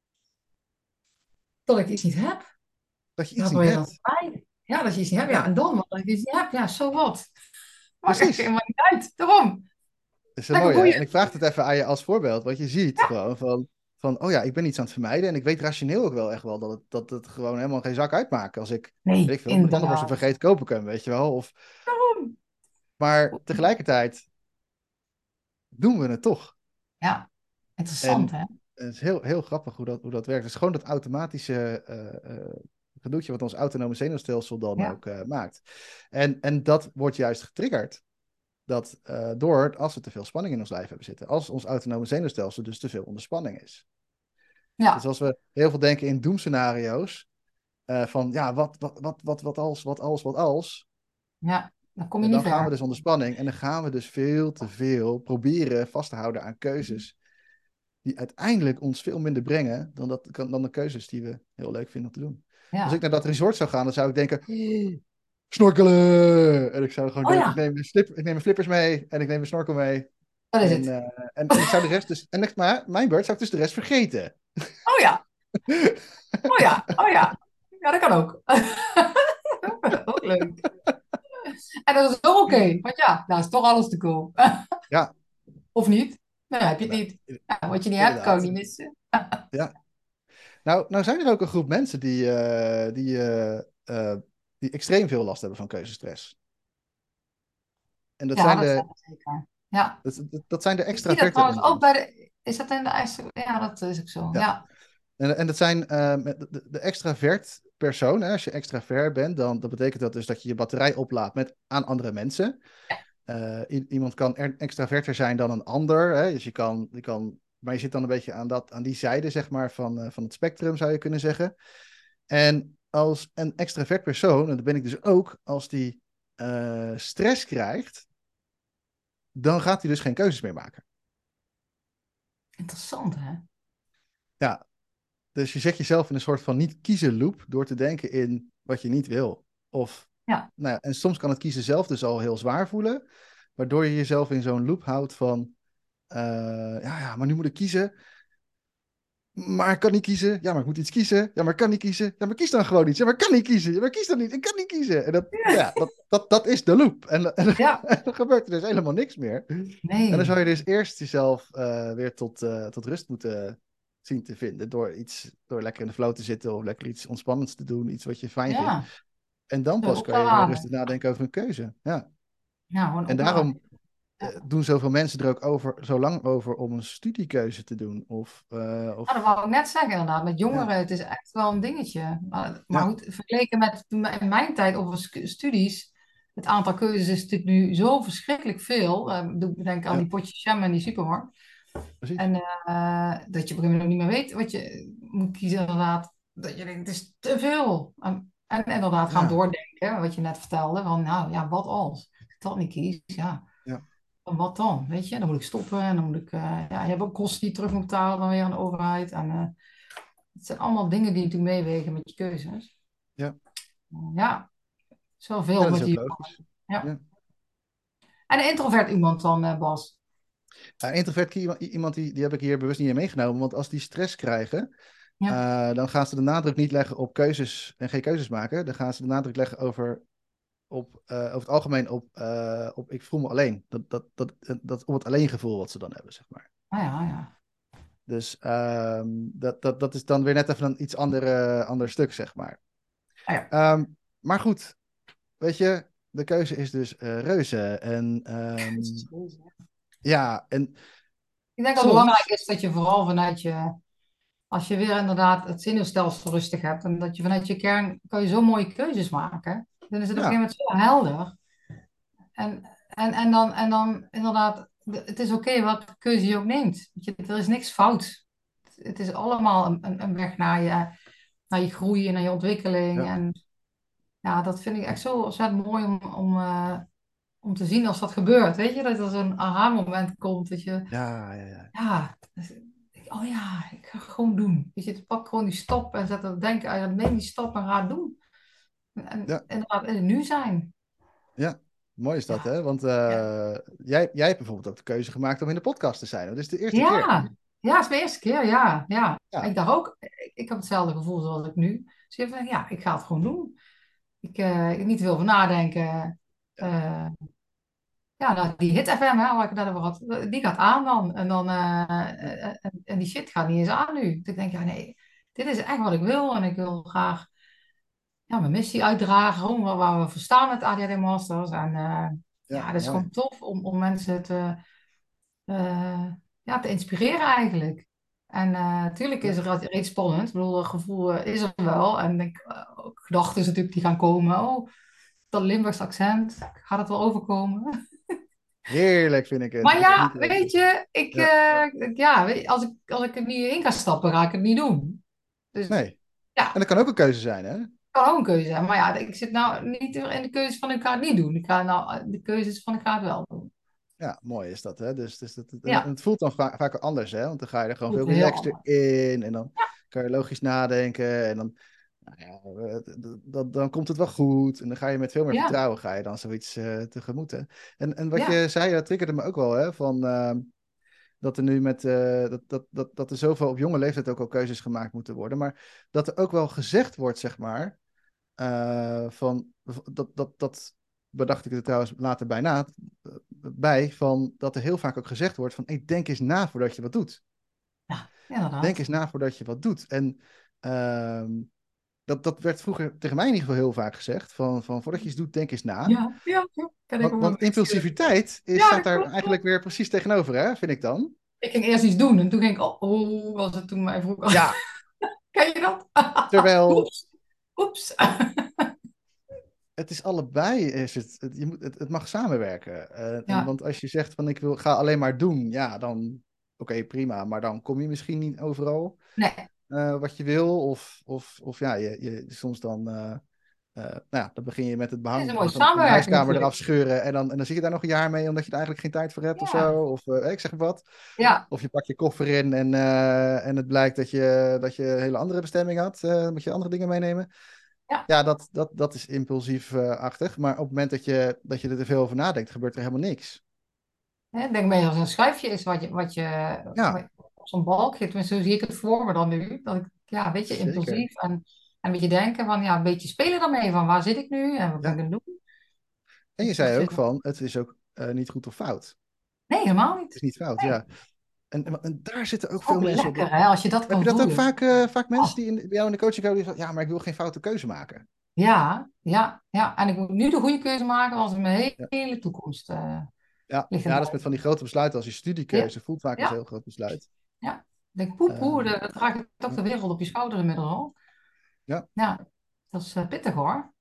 Dat ik iets niet heb. Dat je iets Wat niet wil je dan hebt. bij? Ja, dat je iets niet hebt. Ja, Ja, en dan, wat ik iets niet heb. Ja, zo wat. Maakt echt precies. helemaal niet uit. Daarom. Dat is zo Lekker mooi, hè? En boeiend. ik vraag het even aan je als voorbeeld. Want je ziet Ja. gewoon van, van, oh ja, ik ben iets aan het vermijden. En ik weet rationeel ook wel echt wel dat het, dat het gewoon helemaal geen zak uitmaakt. Als ik, weet Nee, ik veel, een tandenborstel inderdaad. vergeet kopen kan, weet je wel. Of, Daarom. maar tegelijkertijd doen we het toch. Ja, interessant, En hè? het is heel, heel grappig hoe dat, hoe dat werkt. Het is gewoon dat automatische eh eh, gedoetje wat ons autonome zenuwstelsel dan Ja, ook eh, maakt. En, en dat wordt juist getriggerd. Dat uh, door als we te veel spanning in ons lijf hebben zitten. Als ons autonome zenuwstelsel dus te veel onder spanning is. Dus ja, als we heel veel denken in doemscenario's. Uh, van ja, wat, wat, wat, wat, wat als, wat als, wat als. ja. Dan kom je En niet dan gaan we ver. dus onder spanning. En dan gaan we dus veel te veel proberen vast te houden aan keuzes. Die uiteindelijk ons veel minder brengen dan, dat, dan de keuzes die we heel leuk vinden om te doen. Als ik Ja. naar dat resort zou gaan, dan zou ik denken, "Oh, snorkelen! En ik zou gewoon Oh denken, ik ja, neem, mijn slip, ik neem mijn flippers mee en ik neem mijn snorkel mee. dat is En, het. uh, en, en ik zou de rest dus, en ik, maar mijn beurt zou ik dus de rest vergeten. Oh ja, oh ja, oh ja. Ja, dat kan ook. Ook leuk. En dat is ook oké, want ja, nou is toch alles te koop. Ja, Of niet? Nou, heb je het nou, niet. Ja, wat je niet hebt, kan je inderdaad. niet missen. Ja. Nou, nou zijn er ook een groep mensen die, uh, die, uh, uh, die extreem veel last hebben van keuzestress. En dat Ja, zijn dat de, zijn er zeker. Ja. dat, dat zijn de Ik zie dat extraverte trouwens onder ook ons. bij de... Is dat in de IJssel? Ja, dat is ook zo. Ja. Ja. En, en dat zijn uh, de, de extravert persoon. Hè? Als je extravert bent, dan dat betekent dat dus dat je je batterij oplaadt met aan andere mensen. Uh, i- iemand kan er, extraverter zijn dan een ander. Hè? Dus je kan, je kan, maar je zit dan een beetje aan, dat, aan die zijde zeg maar, van, uh, van het spectrum, zou je kunnen zeggen. En als een extravert persoon, en dat ben ik dus ook, als die uh, stress krijgt, dan gaat hij dus geen keuzes meer maken. Interessant, hè? Ja. dus je zet jezelf in een soort van niet-kiezen loop door te denken in wat je niet wil. Of, Ja, nou ja, en soms kan het kiezen zelf dus al heel zwaar voelen, waardoor je jezelf in zo'n loop houdt van, eh, ja, ja, maar nu moet ik kiezen. Maar ik kan niet kiezen. Ja, maar ik moet iets kiezen. Ja, maar ik kan niet kiezen. Ja, maar kies dan gewoon iets. Ja, maar ik kan niet kiezen. Ja, maar kies dan niet. Ik kan niet kiezen. En dat, ja, dat, dat, dat is de loop. En, en, ja, en dan gebeurt er dus helemaal niks meer. En dan nee. zou je dus eerst jezelf eh, weer tot, eh, tot rust moeten zien te vinden. Door iets, door lekker in de flow te zitten of lekker iets ontspannends te doen. Iets wat je fijn vindt. Ja, En dan zo pas kan je weer opladen. rustig nadenken over een keuze. Ja. Ja, gewoon En opladen. daarom eh, Ja. doen zoveel mensen er ook over, zo lang over om een studiekeuze te doen. Of, uh, Ja, dat of wou ik net zeggen inderdaad. Met ja, jongeren, het is echt wel een dingetje. Maar, maar ja, goed, vergeleken met m- in mijn tijd over stu- studies, het aantal keuzes is natuurlijk nu zo verschrikkelijk veel. Eh, Ik doe denk aan ja, die potjes jam in die supermarkt. precies. En eh, dat je op een gegeven moment ook niet meer weet wat je moet kiezen inderdaad. Dat je denkt, het is te veel. En, en inderdaad gaan Ja, doordenken, wat je net vertelde. Van nou ja, wat als? Als ik dat niet kies, ja. ja, En wat dan? Weet je, dan moet ik stoppen en dan moet ik. eh, ja, je hebt ook kosten die je terug moet betalen dan weer aan de overheid. En eh, het zijn allemaal dingen die natuurlijk meewegen met je keuzes. ja. Ja, Ja, zoveel dat is met ook die. logisch. Ja. Ja. En een introvert iemand dan, eh, Bas. Ja, introvert, iemand, iemand die, die heb ik hier bewust niet in meegenomen, want als die stress krijgen, Ja. eh, dan gaan ze de nadruk niet leggen op keuzes en geen keuzes maken. Dan gaan ze de nadruk leggen over, op, eh, over het algemeen op, eh, op ik voel me alleen. Dat, dat, dat, dat op het alleengevoel wat ze dan hebben, zeg maar. Ah ja, ja. Dus ehm, dat, dat, dat is dan weer net even een iets andere, ander stuk, zeg maar. Ah, ja. Ehm, maar goed, weet je, de keuze is dus eh, reuze. En ehm, ja, en Ik denk dat het belangrijk soms, is dat je vooral vanuit je, als je weer inderdaad het zenuwstelsel rustig hebt en dat je vanuit je kern kan je zo mooie keuzes maken. Dan is het op een gegeven ja, moment zo helder. En, en, en, dan, en dan inderdaad, de- het is oké welke keuze je ook neemt. Weet je, er is niks fout. Het is allemaal een, een, een weg naar je, naar je groei en naar je ontwikkeling. ja, En ja, dat vind ik echt zo ontzettend mooi om, om, eh, om te zien als dat gebeurt. Weet je, dat er zo'n aha-moment komt. Dat je, ja, ja, ja. ja, dus ik- oh ja, ik ga het gewoon doen. Weet je, pak gewoon die stap en zet dat denken uit. Neem die stap en ga het doen. En, en Ja, inderdaad, in het nu zijn. ja. Mooi is dat, Ja, hè? Want ja. eh, jij, jij hebt bijvoorbeeld ook de keuze gemaakt om in de podcast te zijn. Dat is de eerste keer. Ja, ja, het is mijn eerste keer, ja. Ja. Ja, Ik dacht ook, ik, ik heb hetzelfde gevoel zoals ik nu. Dus ik van, ja, ik ga het gewoon doen. Ik uh, ik niet veel over nadenken. ja, Eh, ja, nou, die Hit F M, hè, waar ik het net over had, die gaat aan dan. En, dan eh, ja, eh, en, en die shit gaat niet eens aan nu. Dus ik denk, ja, nee, dit is echt wat ik wil. En ik wil graag ja, mijn missie uitdragen, gewoon waar, waar we voor staan met A D H D Masters. En uh, ja, ja, het is mooi. gewoon tof om, om mensen te eh, ja, te inspireren eigenlijk. En eh natuurlijk is Ja, er reeds spannend. Ik bedoel, het gevoel eh, is er wel. En ik, eh, ook gedachten natuurlijk die gaan komen. Oh, dat Limburgs accent, gaat het wel overkomen? heerlijk vind ik het. Maar Ik ja, geniet er ook weet van. je, ik, Ja, eh, ik- ja, weet je, als ik, als ik er niet in ga stappen, ga ik het niet doen. Dus nee. En ja, dat kan ook een keuze zijn, hè? kan ook een keuze zijn. Maar ja, ik zit nou niet in de keuze van ik ga het niet doen. Ik ga nou de keuze is van ik ga het wel doen. Ja, mooi is dat, hè? Dus, dus dat, en Ja, het voelt dan va vaak anders, hè? Want dan ga je er gewoon voelt veel heel relaxter anders. in. En dan kan je logisch nadenken. En dan, nou ja, eh, d- d- dan komt het wel goed. En dan ga je met veel meer Ja, vertrouwen ga je dan zoiets eh tegemoet, hè? En, en wat ja, je zei, dat triggerde me ook wel, hè? Van, ehm, dat er nu met, eh, dat, dat, dat, dat er zoveel op jonge leeftijd ook al keuzes gemaakt moeten worden. Maar dat er ook wel gezegd wordt, zeg maar, eh, van, dat, dat, dat bedacht ik er trouwens later bij na, eh, bij, van dat er heel vaak ook gezegd wordt van, hey, denk eens na voordat je wat doet. ja, Denk inderdaad. eens na voordat je wat doet. En ehm, dat, dat werd vroeger tegen mij in ieder geval heel vaak gezegd, van, van voordat je iets doet, denk eens na. Ja, ja, ja. Kan ik Want, ook wel want meeschrijven. impulsiviteit is, Ja, staat dat daar klopt, eigenlijk klopt. weer precies tegenover, hè, vind ik dan. Ik ging eerst iets doen en toen ging ik, oh, oh was het toen mij vroeg. Ja, Ken je dat? terwijl Oeps, oeps. het is allebei, is het, het, je moet, het, het mag samenwerken. Eh, en, Ja, want als je zegt van ik wil, ga alleen maar doen, ja, dan oké, prima. Maar dan kom je misschien niet overal nee, eh, wat je wil. Of, of, of ja, je, je, soms dan, eh, nou ja, dan begin je met het Het is een behang mooie van, van de samenwerking huiskamer eraf natuurlijk. scheuren. En dan, en dan zit je daar nog een jaar mee, omdat je er eigenlijk geen tijd voor hebt of Ja, zo. Of uh, ik zeg wat. ja, Of je pakt je koffer in en, uh, en het blijkt dat je, dat je een hele andere bestemming had. Uh, moet je andere dingen meenemen. ja. Ja, dat, dat, dat is impulsief-achtig. maar op het moment dat je, dat je er te veel over nadenkt, gebeurt er helemaal niks. Hè, denk maar als een schuifje is wat je, wat je, Ja, wat je op zo'n balkje, tenminste zo zie ik het voor me dan nu. Dat ik, ja, een beetje zeker. impulsief en, en een beetje denken van, ja, een beetje spelen daarmee van waar zit ik nu en wat ben Ja. ik aan het doen. En je Dus dat zei ook zit, van, het is ook uh, niet goed of fout. Het nee, helemaal is niet. niet fout, Nee, ja. En, en, en daar zitten het ook is veel ook mensen op. lekker hè, als je dat Heb je kan dat ook voelen. vaak, uh, vaak mensen Oh, die in, bij jou in de coaching komen, die zeggen, ja, maar ik wil geen foute keuze maken. ja, ja, ja. En ik moet nu de goede keuze maken, als mijn Ja, hele toekomst uh, ja, ligt ja, dat erbij. is met van die grote besluiten als je Ja, studiekeuze voelt vaak als een ja, heel groot besluit. ja. Ik denk, poe, poe, Um, dan draag je toch ja, de wereld op je schouder inmiddels al. ja, Ja, dat is uh, pittig hoor.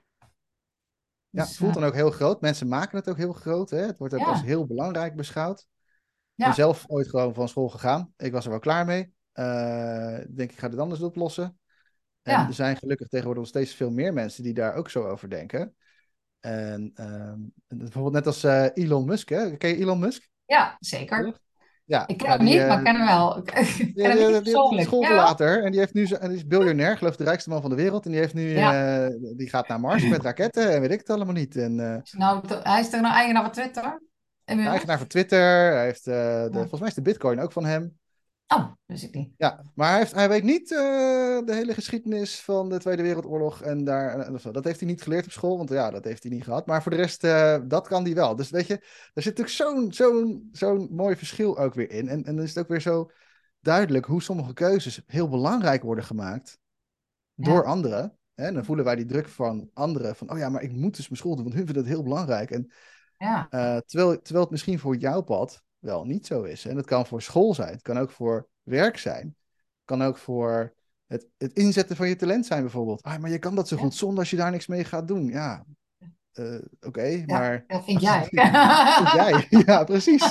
ja, het Dus voelt uh, dan ook heel groot. Mensen maken het ook heel groot. Hè? Het wordt ook als ja, heel belangrijk beschouwd. Ik ben ja, zelf ooit gewoon van school gegaan. Ik was er wel klaar mee. Uh, ik denk, ik ga dit anders oplossen. En er ja, zijn gelukkig tegenwoordig nog steeds veel meer mensen die daar ook zo over denken. En um, bijvoorbeeld net als uh, Elon Musk, hè? Ken je Elon Musk? ja, zeker. Ja, Ik ken nou hem die, niet, maar uh, ik ken hem wel. Ik die, ken hem die, niet die heeft persoonlijk. school Jawel? verlaten en die heeft nu zo, en die is biljonair, geloof ik de rijkste man van de wereld. En die heeft nu, Ja. uh, die gaat naar Mars met raketten en weet ik het allemaal niet. En uh, Is nou, hij is toch nou eigenaar van Twitter? eigenaar Inmiddels? van Twitter, hij heeft, uh, de, Ja. volgens mij is de Bitcoin ook van hem. Oh, wist ik niet. Ja, maar hij, heeft, hij weet niet uh, de hele geschiedenis van de Tweede Wereldoorlog en daar, en zo. Dat heeft hij niet geleerd op school, want ja, dat heeft hij niet gehad. Maar voor de rest, uh, dat kan hij wel. Dus weet je, er zit natuurlijk zo'n zo'n zo'n mooi verschil ook weer in. En, en dan is het ook weer zo duidelijk hoe sommige keuzes heel belangrijk worden gemaakt door Ja, anderen. En dan voelen wij die druk van anderen van, oh ja, maar ik moet dus mijn school doen, want hun vinden het heel belangrijk. En ja, uh, terwijl, terwijl het misschien voor jouw pad wel niet zo is. En het kan voor school zijn, het kan ook voor werk zijn. Het kan ook voor het, het inzetten van je talent zijn bijvoorbeeld. Ah, maar je kan dat zo ja, goed zonder als je daar niks mee gaat doen. Ja, uh, oké, okay, ja, maar dat vind jij. vind jij? Ja, precies.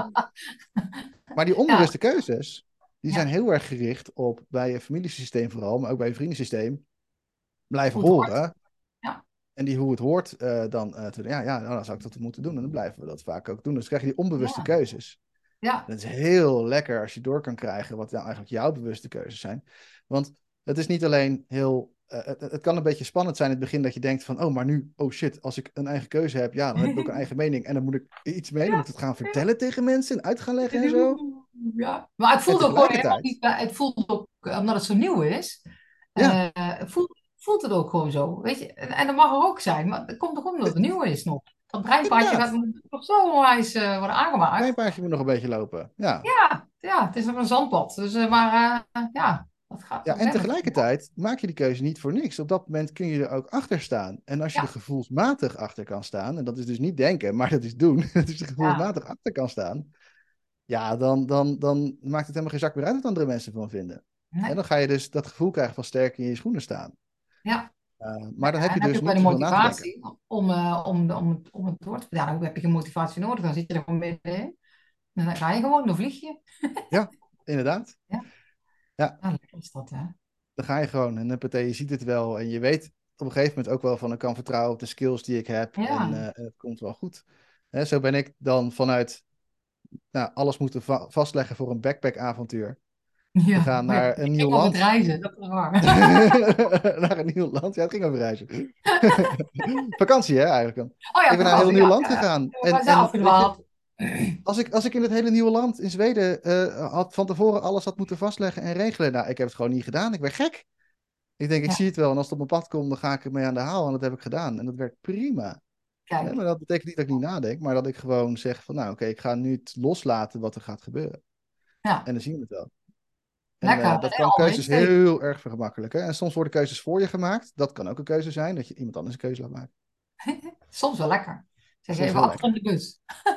Maar die Ja, onbewuste keuzes, die zijn ja, heel erg gericht op bij je familiesysteem vooral, maar ook bij je vriendensysteem, blijven goed hoort. horen. Ja, En die hoe het hoort uh, dan uh, te doen. Ja, ja, nou, dan zou ik dat moeten doen. En dan blijven we dat vaak ook doen. Dus krijg je die onbewuste ja, keuzes. ja, En het is heel lekker als je door kan krijgen wat nou eigenlijk jouw bewuste keuzes zijn. Want het is niet alleen heel... Uh, het, het kan een beetje spannend zijn in het begin dat je denkt van... Oh, maar nu, oh shit, als ik een eigen keuze heb... Ja, dan heb ik ook een eigen mening. En dan moet ik iets mee. Dan moet ik het gaan ja, vertellen tegen mensen en uit gaan leggen en ja. zo. Ja. Maar het En voelt ook gewoon helemaal tegelijkertijd... niet... Het voelt ook, omdat het zo nieuw is... Ja, Uh, voelt, voelt het ook gewoon zo, weet je. En, en dat mag er ook zijn, maar dat komt ook omdat het nieuw is nog. Dat breinpaadje gaat inderdaad. nog zo onwijs uh, worden Het aangemaakt. wijnpaardje moet nog een beetje lopen. Ja. Ja, ja, het is nog een zandpad. Dus, uh, maar uh, ja, dat gaat Ja, op en een gegeven moment. tegelijkertijd maak je die keuze niet voor niks. Op dat moment kun je er ook achter staan. En als je er Ja, gevoelsmatig achter kan staan, en dat is dus niet denken, maar dat is doen, dat is er ja, gevoelsmatig achter kan staan, ja, dan, dan, dan maakt het helemaal geen zak meer uit wat andere mensen van vinden. En nee, dan ga je dus dat gevoel krijgen van sterk in je schoenen staan. ja. Uh, maar dan Ja, heb en je dan heb je dus ook wel niet de zoveel na te denken. motivatie om, uh, om, om, het, om het door te... Ja, dan heb je geen motivatie nodig, dan zit je er gewoon middenin. En dan ga je gewoon, dan vlieg je. Ja, inderdaad. Ja, Ja, ja lekker is dat, hè. dan ga je gewoon. En huppatee, je ziet het wel. En je weet op een gegeven moment ook wel van, ik kan vertrouwen op de skills die ik heb. En Ja, uh, het komt wel goed. Hè, zo ben ik dan vanuit nou, alles moeten va- vastleggen voor een backpackavontuur. We ja. gaan Oh ja, naar een ik nieuw ging over het land. reizen, dat is waar. Naar een nieuw land. Ja, het ging over reizen. Vakantie, hè, eigenlijk dan. Oh Ik ja, ben naar een heel vakantie, nieuw ja. land Ja. gegaan. We En, zijn en weet je, afgedwaald. als ik, als ik in het hele nieuwe land in Zweden uh, had van tevoren alles had moeten vastleggen en regelen. Nou, ik heb het gewoon niet gedaan. Ik werd gek. Ik denk, ik Ja, zie het wel. En als het op mijn pad komt, dan ga ik ermee aan de haal. En dat heb ik gedaan. En dat werkt prima. Hè, kijk. maar dat betekent niet dat ik niet nadenk. Maar dat ik gewoon zeg van, nou, oké, okay, ik ga nu het loslaten wat er gaat gebeuren. Ja, En dan zien we het wel. En lekker. uh, Dat is dat een hele kan andere keuzes insteek. heel erg vergemakkelijken. En soms worden keuzes voor je gemaakt. Dat kan ook een keuze zijn, dat je iemand anders een keuze laat maken. Soms wel lekker. Zeg je Soms even heel achter lekker. in de bus.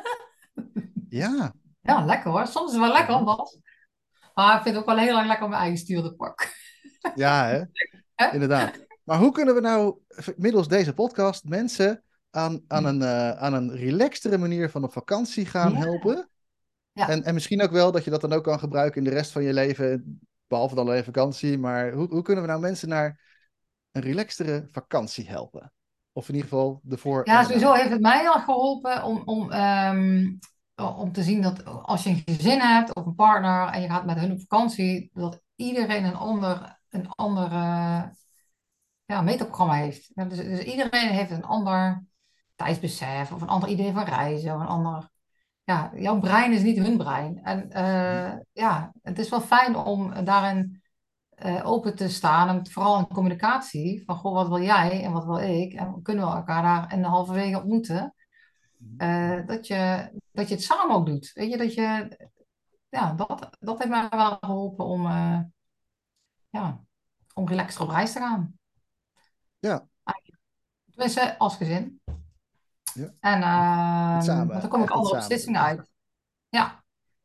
Ja, Ja, lekker hoor. Soms is het wel ja, lekker, Bas. Maar ik vind het ook wel heel erg lekker om mijn eigen stuur te pakken. ja hè? Hè? Inderdaad. Maar hoe kunnen we nou middels deze podcast mensen aan, aan, een, uh, aan een relaxtere manier van op vakantie gaan Ja, helpen? ja. En, en misschien ook wel dat je dat dan ook kan gebruiken in de rest van je leven, behalve dan alleen vakantie. Maar hoe, hoe kunnen we nou mensen naar een relaxtere vakantie helpen? Of in ieder geval de voor- en Ja, de sowieso nadelen. heeft het mij heel erg geholpen om, om, ehm, om te zien dat als je een gezin hebt of een partner en je gaat met hun op vakantie, dat iedereen een ander, een ander eh, ja, meterprogramma heeft. Ja, dus, dus iedereen heeft een ander tijdsbesef of een ander idee van reizen of een ander. Ja, jouw brein is niet hun brein. En Mhm. eh, ja, het is wel fijn om daarin eh, open te staan. En vooral in communicatie. Van, goh, wat wil jij en wat wil ik? En kunnen we elkaar daar in de halverwege ontmoeten? Mhm. Eh, dat je, dat je het samen ook doet. Weet je, dat je, ja, dat, dat heeft mij wel geholpen om, eh, ja, om relaxed op reis te gaan. Ja, Tenminste, als gezin. ja. En Het uh, want dan samen, kom ik echt het andere samen doen. beslissingen uit. Ja.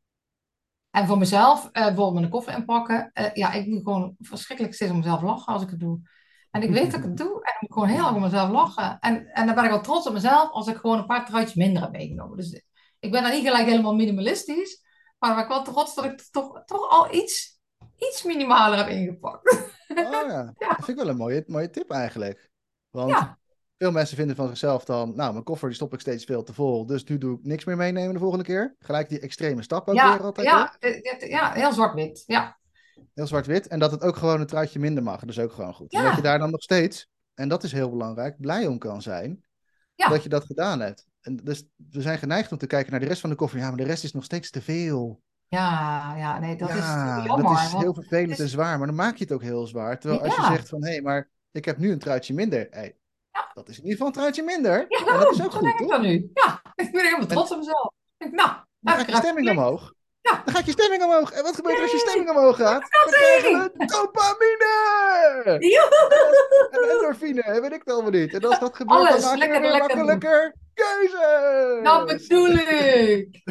En voor mezelf, uh, bijvoorbeeld met een koffer inpakken. Uh, ja, ik moet gewoon verschrikkelijk steeds om mezelf lachen als ik het doe. En ik weet dat ik het doe en dan moet ik gewoon heel erg om mezelf lachen. En, en dan ben ik wel trots op mezelf als ik gewoon een paar truitjes minder heb meegenomen. Dus ik ben dan niet gelijk helemaal minimalistisch. Maar dan ben ik wel trots dat ik toch, toch al iets, iets minimaler heb ingepakt. Oh ja, Ja, dat vind ik wel een mooie, mooie tip eigenlijk. Want ja, veel mensen vinden van zichzelf dan, nou, mijn koffer die stop ik steeds veel te vol, dus nu doe ik niks meer meenemen de volgende keer. Gelijk die extreme stap ook weer ja, altijd, hè? ja, ja, ja, heel zwart-wit. Ja, Heel zwart-wit. En dat het ook gewoon een truitje minder mag, dat is ook gewoon goed. En dat je ja, daar dan nog steeds, en dat is heel belangrijk, blij om kan zijn dat ja. je dat gedaan hebt. En dus we zijn geneigd om te kijken naar de rest van de koffer. Ja, maar de rest is nog steeds te veel. Ja, ja, nee, dat is Ja, dat jammer. is heel Want het vervelend en is, zwaar, maar dan maak je het ook heel zwaar. Terwijl als je ja, zegt van, hé, maar ik heb nu een truitje minder. Hey, ja, dat is in ieder geval een truitje minder. ja, En dat is daarom. ook Dat denk goed, ik toch? dan nu. Ja, ik ben helemaal En trots op mezelf. Ik denk, nou, dan heb ik gaat er je even stemming geklikt. omhoog. Ja, Dan gaat je stemming omhoog. En wat gebeurt er als je yay, stemming omhoog gaat? Dan krijgen vakantie! we dopamine! En, als, en endorfine, en weet ik het allemaal niet. En als dat gebeurt, dan Alles maken we lekker, weer lekker doen. makkelijker Dat keuzes. bedoel ik.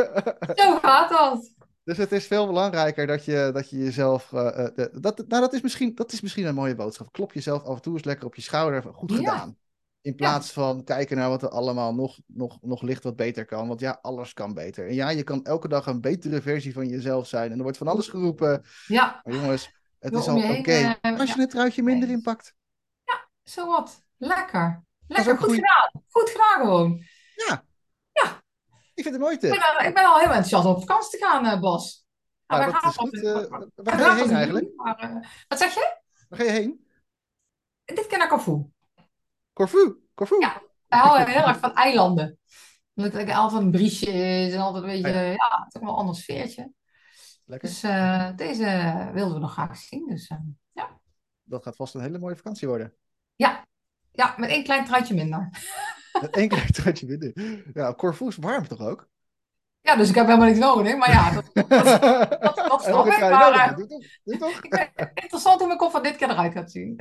Zo gaat dat. Dus het is veel belangrijker dat je, dat je jezelf. eh, eh, de- dat, nou, dat is, misschien, dat is misschien een mooie boodschap. Klop jezelf af en toe eens lekker op je schouder. Van, goed Ja, gedaan. In ja, plaats van kijken naar wat er allemaal nog, nog, nog licht wat beter kan. Want ja, alles kan beter. En ja, je kan elke dag een betere versie van jezelf zijn. En er wordt van alles geroepen. ja. Maar jongens, het Door is om al je heen. oké eh, als je ja, een truitje minder nee. inpakt. Zo wat. Lekker. Dat is Lekker. ook een Goed goede. gedaan. Goed gedaan gewoon. Ja, Ja, ik vind het een mooie ik ben, tip. al- ik ben al heel enthousiast om op vakantie te gaan, eh, Bas. Nou, Nou, wij dat gaan is pas goed. in, Eh, we waar ga je gaan heen pas in eigenlijk? juli. Maar, eh, wat zeg je? Waar ga je heen? Dit keer naar Corfu. Corfu. Corfu. Ja, wij houden heel erg van eilanden. Omdat het altijd een briesje is en altijd een beetje, Ah ja, ja, het is ook wel een ander sfeertje. lekker. Dus eh, deze wilden we nog graag zien. Dus eh, ja. Dat gaat vast een hele mooie vakantie worden. Ja, ja, met één klein truitje minder. Met één klein truitje minder. Ja, Corfu is warm toch ook? Ja, dus ik heb helemaal niks nodig. Maar ja, dat, dat, dat, dat Helemaal snap geen ik. trui Maar nodig. eh, Doe toch? Doe toch? ik ben interessant hoe mijn koffer dit keer eruit gaat zien.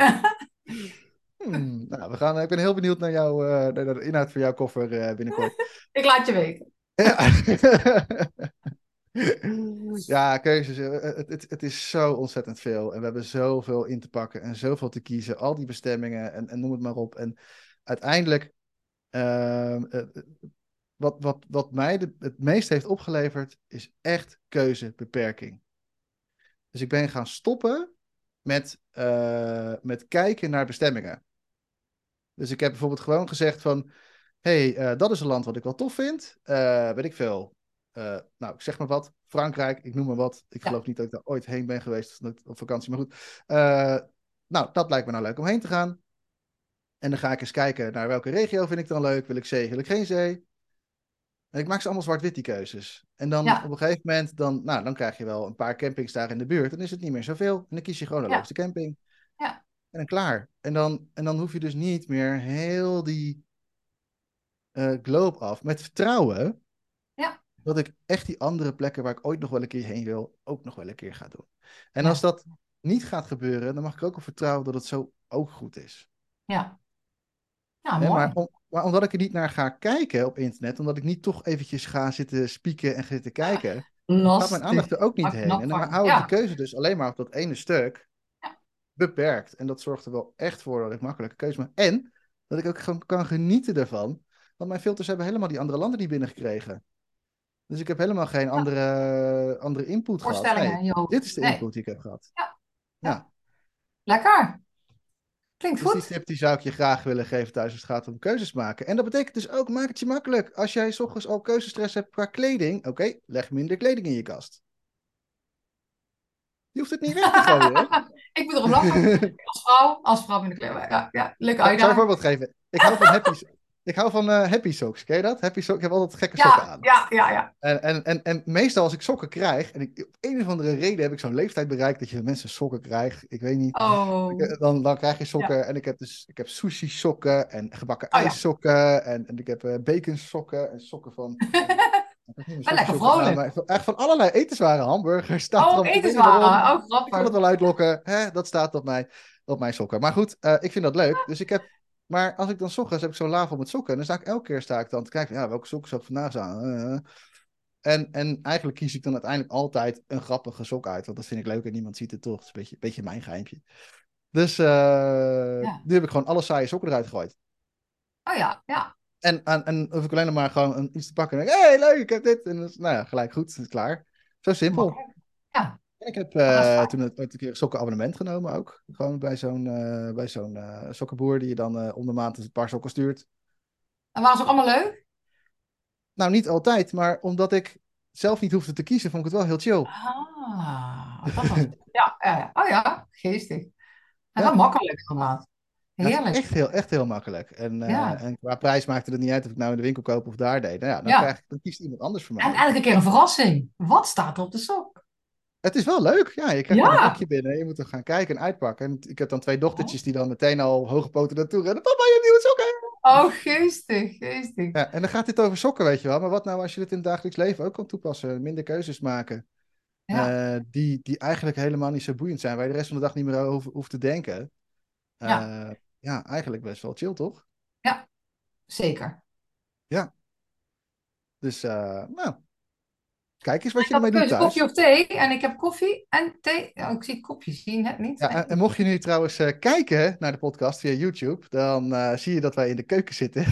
Hmm, nou, we gaan, ik ben heel benieuwd naar, jou, eh, naar de inhoud van jouw koffer eh, binnenkort. Ik laat je weten. Ja, ja keuzes. eh, Het, het, het is zo ontzettend veel. En we hebben zoveel in te pakken en zoveel te kiezen. Al die bestemmingen en, en noem het maar op. En uiteindelijk, ehm, eh, wat, wat, wat mij de- het meest heeft opgeleverd, is echt keuzebeperking. Dus ik ben gaan stoppen met, eh, met kijken naar bestemmingen. Dus ik heb bijvoorbeeld gewoon gezegd van, hé, hey, eh, dat is een land wat ik wel tof vind. Eh, weet ik veel. Eh, nou, ik zeg maar wat. Frankrijk, ik noem maar wat. Ik Ja, geloof niet dat ik daar ooit heen ben geweest op vakantie, maar goed. Eh, nou, dat lijkt me nou leuk om heen te gaan. En dan ga ik eens kijken naar welke regio vind ik dan leuk. Wil ik zee, wil ik geen zee? En ik maak ze allemaal zwart-wit die keuzes. En dan op ja, een gegeven moment, dan, nou, dan krijg je wel een paar campings daar in de buurt. Dan is het niet meer zoveel. En dan kies je gewoon de ja, leukste camping. ja, En dan klaar. En dan, en dan hoef je dus niet meer heel die eh, globe af. Met vertrouwen ja, dat ik echt die andere plekken waar ik ooit nog wel een keer heen wil, ook nog wel een keer ga doen. En als ja, dat niet gaat gebeuren, dan mag ik ook op vertrouwen dat het zo ook goed is. ja. Ja, Hè, maar, mooi. om, maar omdat ik er niet naar ga kijken op internet, omdat ik niet toch eventjes ga zitten spieken en zitten kijken, gaat mijn aandacht Lastig. er ook niet Maar heen. knap En dan van je. hou ik de Ja, keuze dus alleen maar op dat ene stuk ja, beperkt. En dat zorgt er wel echt voor dat ik makkelijke keuze maak. En dat ik ook gewoon kan genieten daarvan. Want mijn filters hebben helemaal die andere landen niet binnengekregen. Dus ik heb helemaal geen ja. andere, andere input gehad. Voorstellingen Nee, in je dit hoofd. is de Nee. input die ik heb gehad. Ja, ja. Ja, Lekker. Klinkt Dus die goed. tip die zou ik je graag willen geven thuis als het gaat om keuzes maken. En dat betekent dus ook, maak het je makkelijk. Als jij 's ochtends al keuzestress hebt qua kleding, oké, leg minder kleding in je kast. Je hoeft het niet weg te gooien, hè? Ik moet erop lachen. Als vrouw, als vrouw in de kleding. Ja, ja, leuke Ik zal je een uitdaging. voorbeeld geven. Ik hou van happy, ik hou van eh, happy socks. Ken je dat? Happy socks. Ik heb altijd gekke sokken Ja, aan. ja, ja, ja. En, en, en, en meestal als ik sokken krijg, en ik, op een of andere reden heb ik zo'n leeftijd bereikt dat je mensen sokken krijgt. Ik weet niet. Oh, Dan, dan krijg je ja. sokken. En ik heb dus ik heb sushi sokken en gebakken Oh ja. ijs sokken. En, en ik heb uh, bacon sokken en sokken van. Ik heb niet meer Maar sushi lekker sokken aan, vrolijk. maar echt van allerlei etenswaren. Hamburgers staat er Oh, allemaal. Ik weet niet waarom. etenswaren. Oh, Ik kan het grappig. wel uitlokken. Hè? Dat staat op, mij, op mijn sokken. Maar goed, uh, ik vind dat leuk. Dus ik heb. Maar als ik dan 's ochtends heb ik zo'n la vol met sokken. En dan sta ik elke keer sta ik dan te kijken. Ja, welke sokken zou ik vandaag aan? Uh, en, en eigenlijk kies ik dan uiteindelijk altijd een grappige sok uit. Want dat vind ik leuk en niemand ziet het toch. Het is een beetje, een beetje mijn geheimpje. Dus uh, Ja. nu heb ik gewoon alle saaie sokken eruit gegooid. Oh ja, ja. En, en, en hoef ik alleen nog maar gewoon een, iets te pakken. En denk ik, hé, hey, leuk, ik heb dit. En dan is, nou ja, gelijk goed, is klaar. Zo simpel. Makkelijk. Ja, En ik heb dat is uh, fijn. toen ooit een keer een sokkenabonnement genomen ook. Gewoon bij zo'n uh, bij zo'n uh, sokkenboer die je dan uh, om de maand een paar sokken stuurt. En waren ze ook allemaal leuk? Nou, niet altijd, maar omdat ik zelf niet hoefde te kiezen, vond ik het wel heel chill. Ah, dat was het. Ja, ja, ja. Oh ja, geestig. En dat Ja. makkelijk inderdaad. Ja, het is Heerlijk. echt heel, echt heel makkelijk. En, uh, Ja, en qua prijs maakte het niet uit of ik nou in de winkel koop of daar deed. Nou ja, dan, ja. krijg ik, dan kiest iemand anders voor En mij. elke keer een verrassing. Wat staat er op de sok? Het is wel leuk. Ja, je krijgt dan een Ja. pakje binnen. Je moet er gaan kijken en uitpakken. En ik heb dan twee dochtertjes die dan meteen al hoge poten naartoe rennen. Papa, je hebt nieuwe sokken! Oh, geestig, geestig. Ja, en dan gaat dit over sokken, weet je wel. Maar wat nou als je dit in het dagelijks leven ook kan toepassen? Minder keuzes maken. Ja, Uh, die, die eigenlijk helemaal niet zo boeiend zijn. Waar je de rest van de dag niet meer over hoeft te denken. ja, Uh, ja, eigenlijk best wel chill, toch? ja, zeker. Ja. Dus, uh, nou, kijk eens wat Ik je had de ermee doet keuze koffie thuis. of thee. En ik heb koffie en thee. Oh, ik zie het kopje, zie je net niet. Ja, en, en mocht je nu trouwens uh, kijken naar de podcast via YouTube, dan uh, zie je dat wij in de keuken zitten.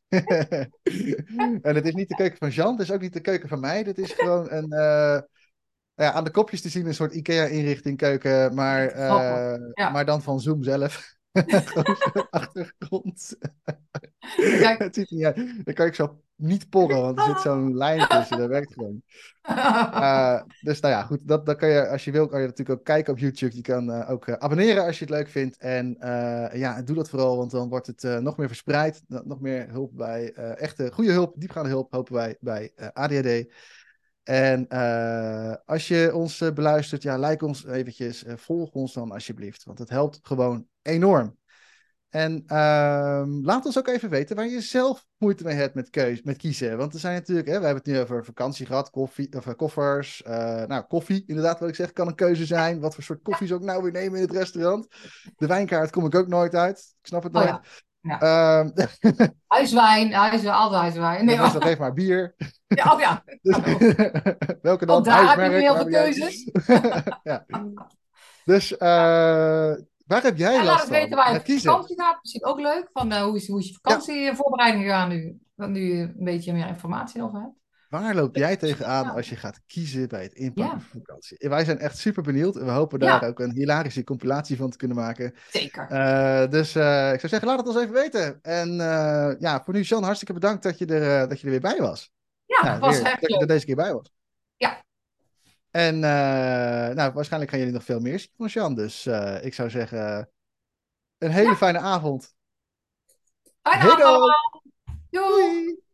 En het is niet de keuken van Jean, het is ook niet de keuken van mij. Dit is gewoon een, uh, ja, aan de kopjes te zien een soort IKEA-inrichting keuken, maar, Grappig. uh, Ja. maar dan van Zoom zelf. Gewoon zo'n achtergrond. Kijk. Het ziet er niet uit. Dan kan ik zo niet porren, want er zit zo'n lijn tussen. Dat werkt gewoon. Uh, dus nou ja, goed. Dat, dat kan je, als je wil, kan je natuurlijk ook kijken op YouTube. Je kan uh, ook uh, abonneren als je het leuk vindt. En uh, ja, doe dat vooral, want dan wordt het uh, nog meer verspreid. Nog meer hulp bij, uh, echte goede hulp, diepgaande hulp, hopen wij bij uh, A D H D. En uh, als je ons uh, beluistert, ja, like ons eventjes. Uh, volg ons dan alsjeblieft, want het helpt gewoon enorm. En uh, laat ons ook even weten waar je zelf moeite mee hebt met, keus, met kiezen. Want er zijn natuurlijk, hè, we hebben het nu over vakantie gehad, koffie, of, uh, koffers. Uh, nou, koffie, inderdaad, wat ik zeg, kan een keuze zijn. Wat voor soort koffie zou ik nou weer nemen in het restaurant? De wijnkaart kom ik ook nooit uit. Ik snap het Oh nooit. ja. Ja. Uh, Huiswijn, huiswijn, altijd huiswijn. Nee, meestal geef maar bier. Ja, oh ja. Dus, welke dan? Ook daar heb je weer Huismerk? heel Waar veel ben jij? keuzes. Ja. Dus uh, waar heb jij En laat last eens weten van? waar je Met op kiezen? vakantie gaat. Misschien ook leuk. Van, uh, hoe, is, hoe is je Ja. vakantievoorbereiding gegaan nu? Dat nu je een beetje meer informatie over hebt. Waar loop jij tegenaan Ja. als je gaat kiezen bij het inpakken Ja. van vakantie? Wij zijn echt super benieuwd en we hopen daar Ja. ook een hilarische compilatie van te kunnen maken. Zeker. Uh, dus uh, ik zou zeggen, laat het ons even weten. En uh, ja, voor nu, Jean, hartstikke bedankt dat je er, uh, dat je er weer bij was. Ja, Nou, was weer, echt dat je leuk. er deze keer bij was. Ja. En uh, nou, waarschijnlijk gaan jullie nog veel meer zien van Jean. Dus uh, ik zou zeggen, een hele Ja. fijne avond. Fijne Hey avond dan! allemaal. Doei. Doei!